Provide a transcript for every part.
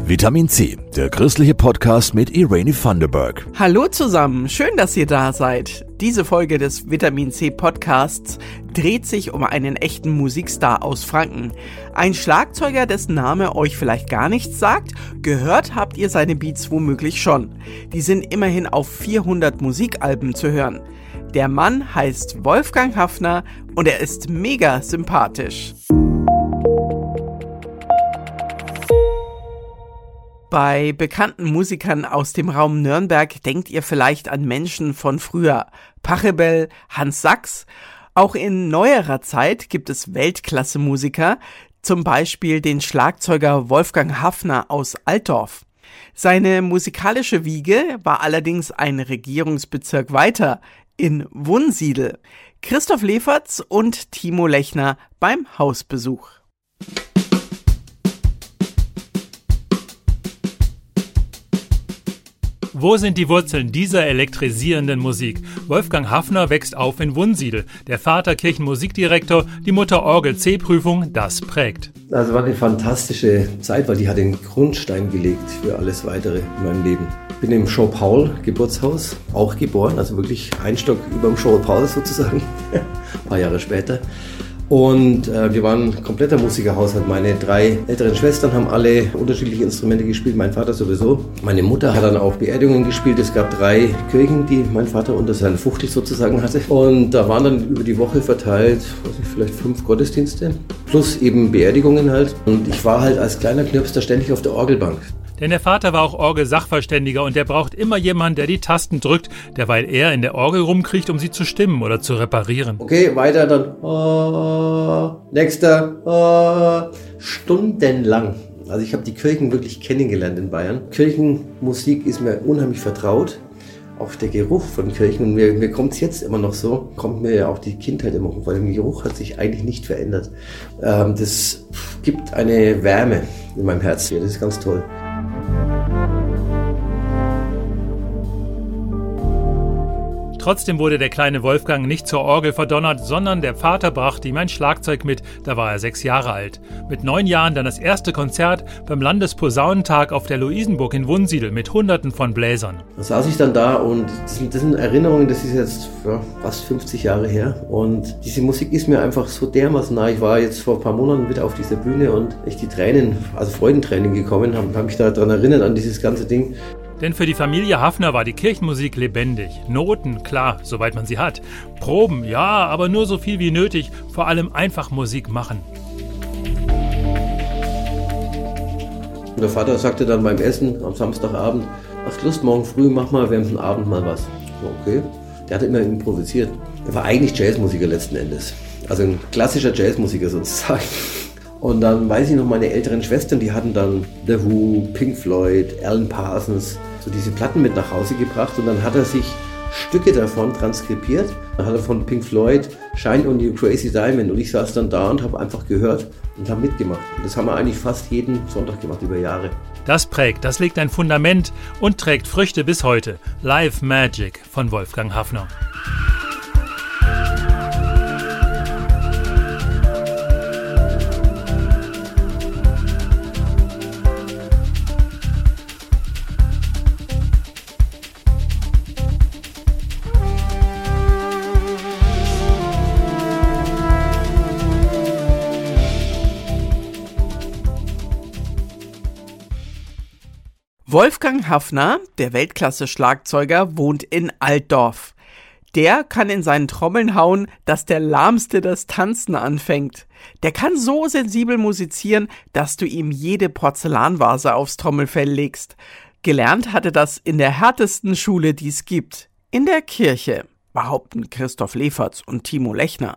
Vitamin C, der christliche Podcast mit Irene Thunderberg. Hallo zusammen, schön, dass ihr da seid. Diese Folge des Vitamin C Podcasts dreht sich um einen echten Musikstar aus Franken. Ein Schlagzeuger, dessen Name euch vielleicht gar nichts sagt, gehört habt ihr seine Beats womöglich schon. Die sind immerhin auf 400 Musikalben zu hören. Der Mann heißt Wolfgang Haffner und er ist mega sympathisch. Bei bekannten Musikern aus dem Raum Nürnberg denkt ihr vielleicht an Menschen von früher. Pachelbel, Hans Sachs. Auch in neuerer Zeit gibt es Weltklasse-Musiker, zum Beispiel den Schlagzeuger Wolfgang Haffner aus Altdorf. Seine musikalische Wiege war allerdings ein Regierungsbezirk weiter, in Wunsiedel. Christoph Leferz und Timo Lechner beim Hausbesuch. Wo sind die Wurzeln dieser elektrisierenden Musik? Wolfgang Haffner wächst auf in Wunsiedel. Der Vater Kirchenmusikdirektor, die Mutter Orgel-C-Prüfung, das prägt. Also war eine fantastische Zeit, weil die hat den Grundstein gelegt für alles Weitere in meinem Leben. Ich bin im Jean-Paul-Geburtshaus auch geboren, also wirklich ein Stock über dem Jean-Paul sozusagen, ein paar Jahre später. Und wir waren ein kompletter Musikerhaushalt. Meine 3 älteren Schwestern haben alle unterschiedliche Instrumente gespielt, mein Vater sowieso. Meine Mutter hat dann auch Beerdigungen gespielt. Es gab 3 Kirchen, die mein Vater unter seinen Fuchtel sozusagen hatte. Und da waren dann über die Woche verteilt, vielleicht 5 Gottesdienste, plus eben Beerdigungen halt. Und ich war halt als kleiner Knirpster ständig auf der Orgelbank. Denn der Vater war auch Orgelsachverständiger und der braucht immer jemanden, der die Tasten drückt, derweil er in der Orgel rumkriecht, um sie zu stimmen oder zu reparieren. Okay, weiter dann. Nächster. Stundenlang. Also ich habe die Kirchen wirklich kennengelernt in Bayern. Kirchenmusik ist mir unheimlich vertraut. Auch der Geruch von Kirchen, und mir kommt es jetzt immer noch so, kommt mir ja auch die Kindheit immer hoch, weil der Geruch hat sich eigentlich nicht verändert. Das gibt eine Wärme in meinem Herz hier, das ist ganz toll. Trotzdem wurde der kleine Wolfgang nicht zur Orgel verdonnert, sondern der Vater brachte ihm ein Schlagzeug mit, da war er 6 Jahre alt. Mit 9 Jahren dann das erste Konzert beim Landesposaunentag auf der Luisenburg in Wunsiedel mit Hunderten von Bläsern. Da saß ich dann da und das sind Erinnerungen, das ist jetzt fast 50 Jahre her. Und diese Musik ist mir einfach so dermaßen nah. Ich war jetzt vor ein paar Monaten wieder auf dieser Bühne und echt die Tränen, also Freudentränen gekommen, habe mich daran erinnert, an dieses ganze Ding. Denn für die Familie Haffner war die Kirchenmusik lebendig. Noten, klar, soweit man sie hat. Proben, ja, aber nur so viel wie nötig. Vor allem einfach Musik machen. Der Vater sagte dann beim Essen am Samstagabend, hast Lust, morgen früh mach mal während dem Abend mal was. Okay. Der hat immer improvisiert. Er war eigentlich Jazzmusiker letzten Endes. Also ein klassischer Jazzmusiker sozusagen. Und dann weiß ich noch, meine älteren Schwestern, die hatten dann The Who, Pink Floyd, Alan Parsons, so diese Platten mit nach Hause gebracht. Und dann hat er sich Stücke davon transkribiert. Dann hat er von Pink Floyd Shine on You Crazy Diamond. Und ich saß dann da und habe einfach gehört und habe mitgemacht. Und das haben wir eigentlich fast jeden Sonntag gemacht, über Jahre. Das prägt, das legt ein Fundament und trägt Früchte bis heute. Live Magic von Wolfgang Haffner. Wolfgang Haffner, der Weltklasse-Schlagzeuger, wohnt in Altdorf. Der kann in seinen Trommeln hauen, dass der Lahmste das Tanzen anfängt. Der kann so sensibel musizieren, dass du ihm jede Porzellanvase aufs Trommelfell legst. Gelernt hatte das in der härtesten Schule, die es gibt. In der Kirche, behaupten Christoph Leferz und Timo Lechner.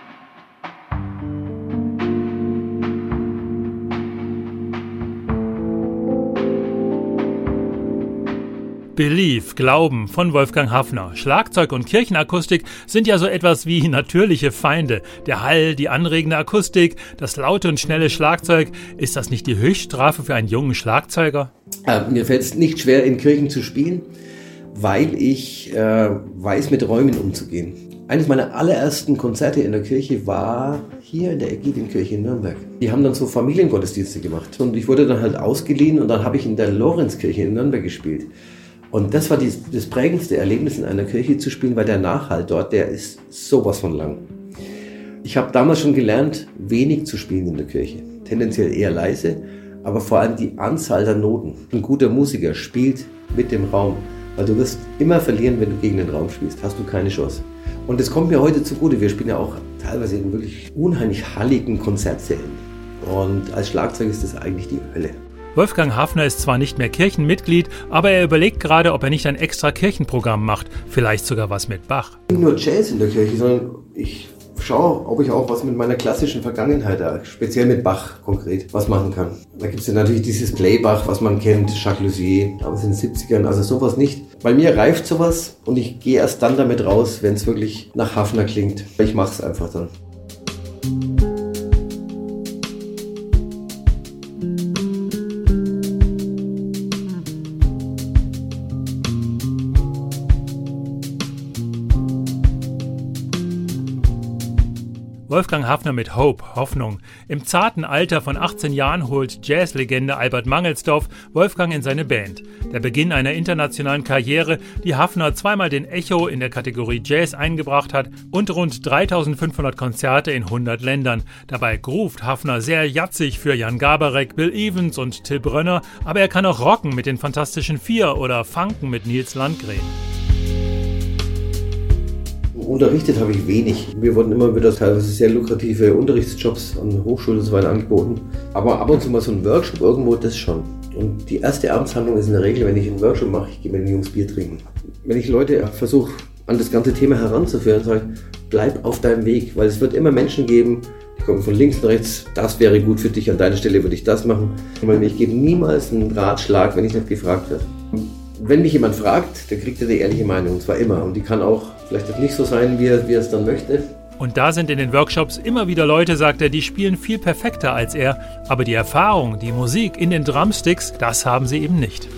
Belief, Glauben von Wolfgang Haffner. Schlagzeug und Kirchenakustik sind ja so etwas wie natürliche Feinde. Der Hall, die anregende Akustik, das laute und schnelle Schlagzeug. Ist das nicht die Höchststrafe für einen jungen Schlagzeuger? Mir fällt es nicht schwer, in Kirchen zu spielen, weil ich weiß, mit Räumen umzugehen. Eines meiner allerersten Konzerte in der Kirche war hier in der Ägidienkirche in Nürnberg. Die haben dann so Familiengottesdienste gemacht. Und ich wurde dann halt ausgeliehen und dann habe ich in der Lorenzkirche in Nürnberg gespielt. Und das war das prägendste Erlebnis, in einer Kirche zu spielen, weil der Nachhall dort, der ist sowas von lang. Ich habe damals schon gelernt, wenig zu spielen in der Kirche. Tendenziell eher leise, aber vor allem die Anzahl der Noten. Ein guter Musiker spielt mit dem Raum, weil du wirst immer verlieren, wenn du gegen den Raum spielst. Hast du keine Chance. Und das kommt mir heute zugute. Wir spielen ja auch teilweise in wirklich unheimlich halligen Konzertsälen. Und als Schlagzeug ist das eigentlich die Hölle. Wolfgang Haffner ist zwar nicht mehr Kirchenmitglied, aber er überlegt gerade, ob er nicht ein extra Kirchenprogramm macht. Vielleicht sogar was mit Bach. Nicht nur Jazz in der Kirche, sondern ich schaue, ob ich auch was mit meiner klassischen Vergangenheit, speziell mit Bach konkret, was machen kann. Da gibt es ja natürlich dieses Playbach, was man kennt, Jacques Lussier, damals in den 70ern, also sowas nicht. Bei mir reift sowas und ich gehe erst dann damit raus, wenn es wirklich nach Haffner klingt. Ich mache es einfach dann. Wolfgang Haffner mit Hope, Hoffnung. Im zarten Alter von 18 Jahren holt Jazzlegende Albert Mangelsdorf Wolfgang in seine Band. Der Beginn einer internationalen Karriere, die Haffner zweimal den Echo in der Kategorie Jazz eingebracht hat und rund 3500 Konzerte in 100 Ländern. Dabei groovt Haffner sehr jazzig für Jan Garbarek, Bill Evans und Till Brönner, aber er kann auch rocken mit den Fantastischen Vier oder funken mit Nils Landgren. Unterrichtet habe ich wenig. Mir wurden immer wieder teilweise sehr lukrative Unterrichtsjobs an Hochschulen und so weiter angeboten. Aber ab und zu mal so ein Workshop irgendwo, das schon. Und die erste Amtshandlung ist in der Regel, wenn ich einen Workshop mache, ich gehe mit den Jungs Bier trinken. Wenn ich Leute versuche, an das ganze Thema heranzuführen, sage ich, bleib auf deinem Weg. Weil es wird immer Menschen geben, die kommen von links und rechts, das wäre gut für dich, an deiner Stelle würde ich das machen. Ich gebe niemals einen Ratschlag, wenn ich nicht gefragt werde. Wenn mich jemand fragt, dann kriegt er die ehrliche Meinung, und zwar immer. Und die kann auch vielleicht nicht so sein, wie er es dann möchte. Und da sind in den Workshops immer wieder Leute, sagt er, die spielen viel perfekter als er. Aber die Erfahrung, die Musik in den Drumsticks, das haben sie eben nicht.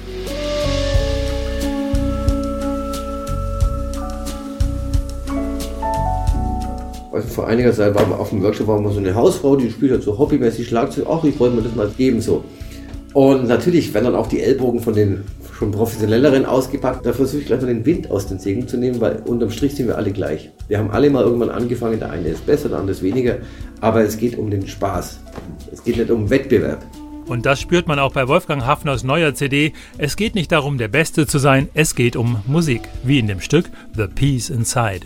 Also vor einiger Zeit war auf dem Workshop mal so eine Hausfrau, die spielt halt so hobbymäßig Schlagzeug. Ach, ich wollte mir das mal geben so. Und natürlich werden dann auch die Ellbogen von den schon professionelleren ausgepackt. Da versuche ich gleich mal den Wind aus den Segeln zu nehmen, weil unterm Strich sind wir alle gleich. Wir haben alle mal irgendwann angefangen, der eine ist besser, der andere ist weniger, aber es geht um den Spaß. Es geht nicht um Wettbewerb. Und das spürt man auch bei Wolfgang Haffners neuer CD. Es geht nicht darum, der Beste zu sein, es geht um Musik, wie in dem Stück The Peace Inside.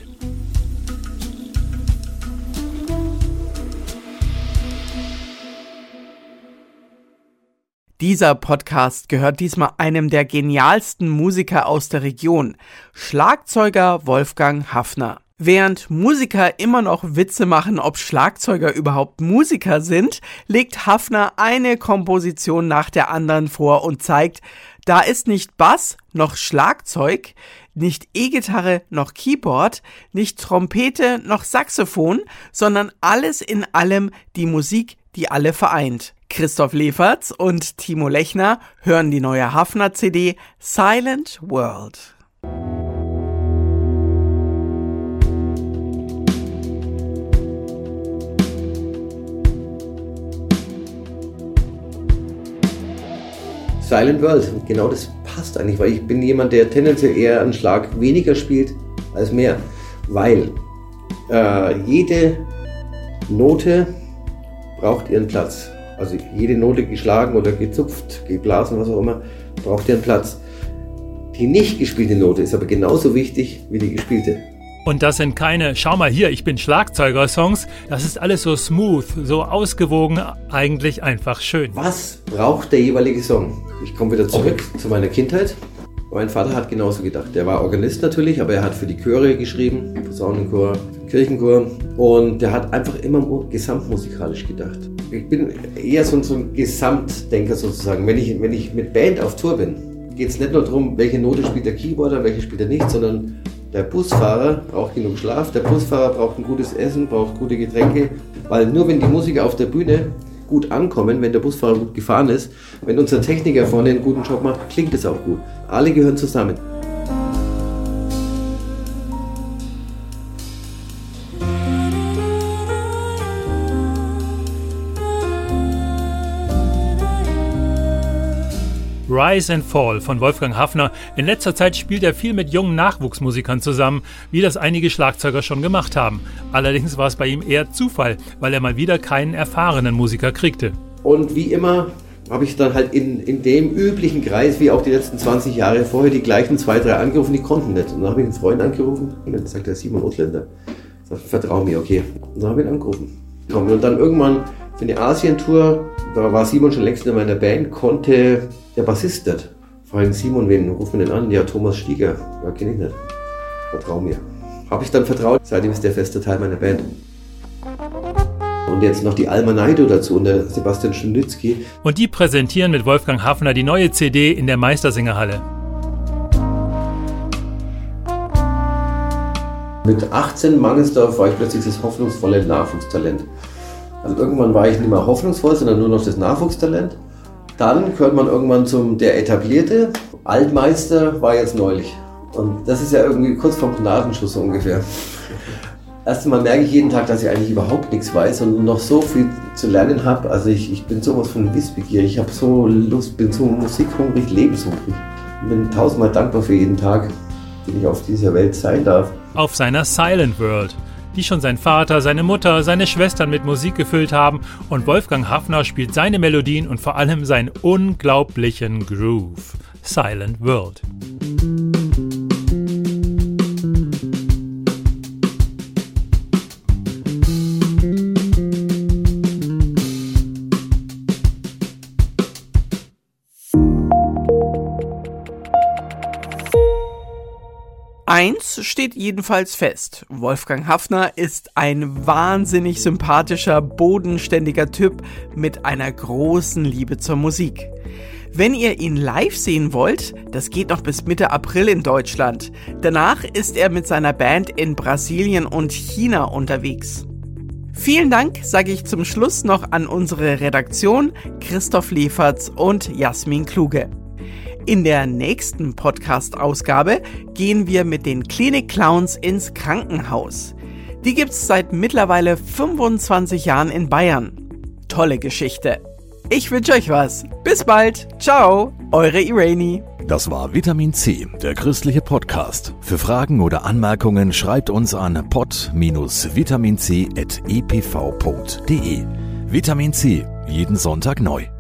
Dieser Podcast gehört diesmal einem der genialsten Musiker aus der Region, Schlagzeuger Wolfgang Haffner. Während Musiker immer noch Witze machen, ob Schlagzeuger überhaupt Musiker sind, legt Haffner eine Komposition nach der anderen vor und zeigt, da ist nicht Bass noch Schlagzeug, nicht E-Gitarre noch Keyboard, nicht Trompete noch Saxophon, sondern alles in allem die Musik, die alle vereint. Christoph Leferz und Timo Lechner hören die neue Haffner-CD Silent World. Silent World, genau das passt eigentlich, weil ich bin jemand, der tendenziell eher einen Schlag weniger spielt als mehr, weil jede Note braucht ihren Platz. Also jede Note geschlagen oder gezupft, geblasen, was auch immer, braucht ihren Platz. Die nicht gespielte Note ist aber genauso wichtig wie die gespielte. Und das sind keine, schau mal hier, ich bin Schlagzeuger-Songs. Das ist alles so smooth, so ausgewogen, eigentlich einfach schön. Was braucht der jeweilige Song? Ich komme wieder zurück zu meiner Kindheit. Mein Vater hat genauso gedacht. Der war Organist natürlich, aber er hat für die Chöre geschrieben, Posaunenchor, Kirchenchor. Und der hat einfach immer gesamtmusikalisch gedacht. Ich bin eher so ein Gesamtdenker sozusagen. Wenn ich mit Band auf Tour bin, geht es nicht nur darum, welche Note spielt der Keyboarder, welche spielt er nicht, sondern der Busfahrer braucht genug Schlaf, der Busfahrer braucht ein gutes Essen, braucht gute Getränke, weil nur wenn die Musiker auf der Bühne gut ankommen, wenn der Busfahrer gut gefahren ist, wenn unser Techniker vorne einen guten Job macht, klingt es auch gut. Alle gehören zusammen. Rise and Fall von Wolfgang Haffner. In letzter Zeit spielt er viel mit jungen Nachwuchsmusikern zusammen, wie das einige Schlagzeuger schon gemacht haben. Allerdings war es bei ihm eher Zufall, weil er mal wieder keinen erfahrenen Musiker kriegte. Und wie immer habe ich dann halt in dem üblichen Kreis, wie auch die letzten 20 Jahre vorher, die gleichen 2, 3 angerufen, die konnten nicht. Und dann habe ich einen Freund angerufen, und dann sagt der Simon Otländer, sagt, vertrau mir, okay. Und dann habe ich ihn angerufen. Und dann irgendwann für eine Asien-Tour, da war Simon schon längst in meiner Band, konnte der Bassist nicht. Fragen Simon, wen rufen wir denn an? Ja, Thomas Stieger. Ja, kenne ich nicht. Vertrau mir. Habe ich dann vertraut, seitdem ist der feste Teil meiner Band. Und jetzt noch die Alma Naido dazu und der Sebastian Schnitzky. Und die präsentieren mit Wolfgang Haffner die neue CD in der Meistersingerhalle. Mit 18 Mangelsdorf war ich plötzlich das hoffnungsvolle Nachwuchstalent. Also irgendwann war ich nicht mehr hoffnungsvoll, sondern nur noch das Nachwuchstalent. Dann gehört man irgendwann zum der Etablierte. Altmeister war jetzt neulich. Und das ist ja irgendwie kurz vorm Gnadenschuss so ungefähr. Erst einmal merke ich jeden Tag, dass ich eigentlich überhaupt nichts weiß und noch so viel zu lernen habe. Also ich bin sowas von wissbegierig, ich habe so Lust, bin so musikhungrig, lebenshungrig. Ich bin tausendmal dankbar für jeden Tag, den ich auf dieser Welt sein darf. Auf seiner Silent World, die schon sein Vater, seine Mutter, seine Schwestern mit Musik gefüllt haben, und Wolfgang Haffner spielt seine Melodien und vor allem seinen unglaublichen Groove. Silent World. Eins steht jedenfalls fest: Wolfgang Haffner ist ein wahnsinnig sympathischer, bodenständiger Typ mit einer großen Liebe zur Musik. Wenn ihr ihn live sehen wollt, das geht noch bis Mitte April in Deutschland. Danach ist er mit seiner Band in Brasilien und China unterwegs. Vielen Dank sage ich zum Schluss noch an unsere Redaktion, Christoph Leferz und Jasmin Kluge. In der nächsten Podcast-Ausgabe gehen wir mit den Klinik-Clowns ins Krankenhaus. Die gibt's seit mittlerweile 25 Jahren in Bayern. Tolle Geschichte. Ich wünsche euch was. Bis bald. Ciao, eure Irene. Das war Vitamin C, der christliche Podcast. Für Fragen oder Anmerkungen schreibt uns an pod-vitaminc@epv.de. Vitamin C, jeden Sonntag neu.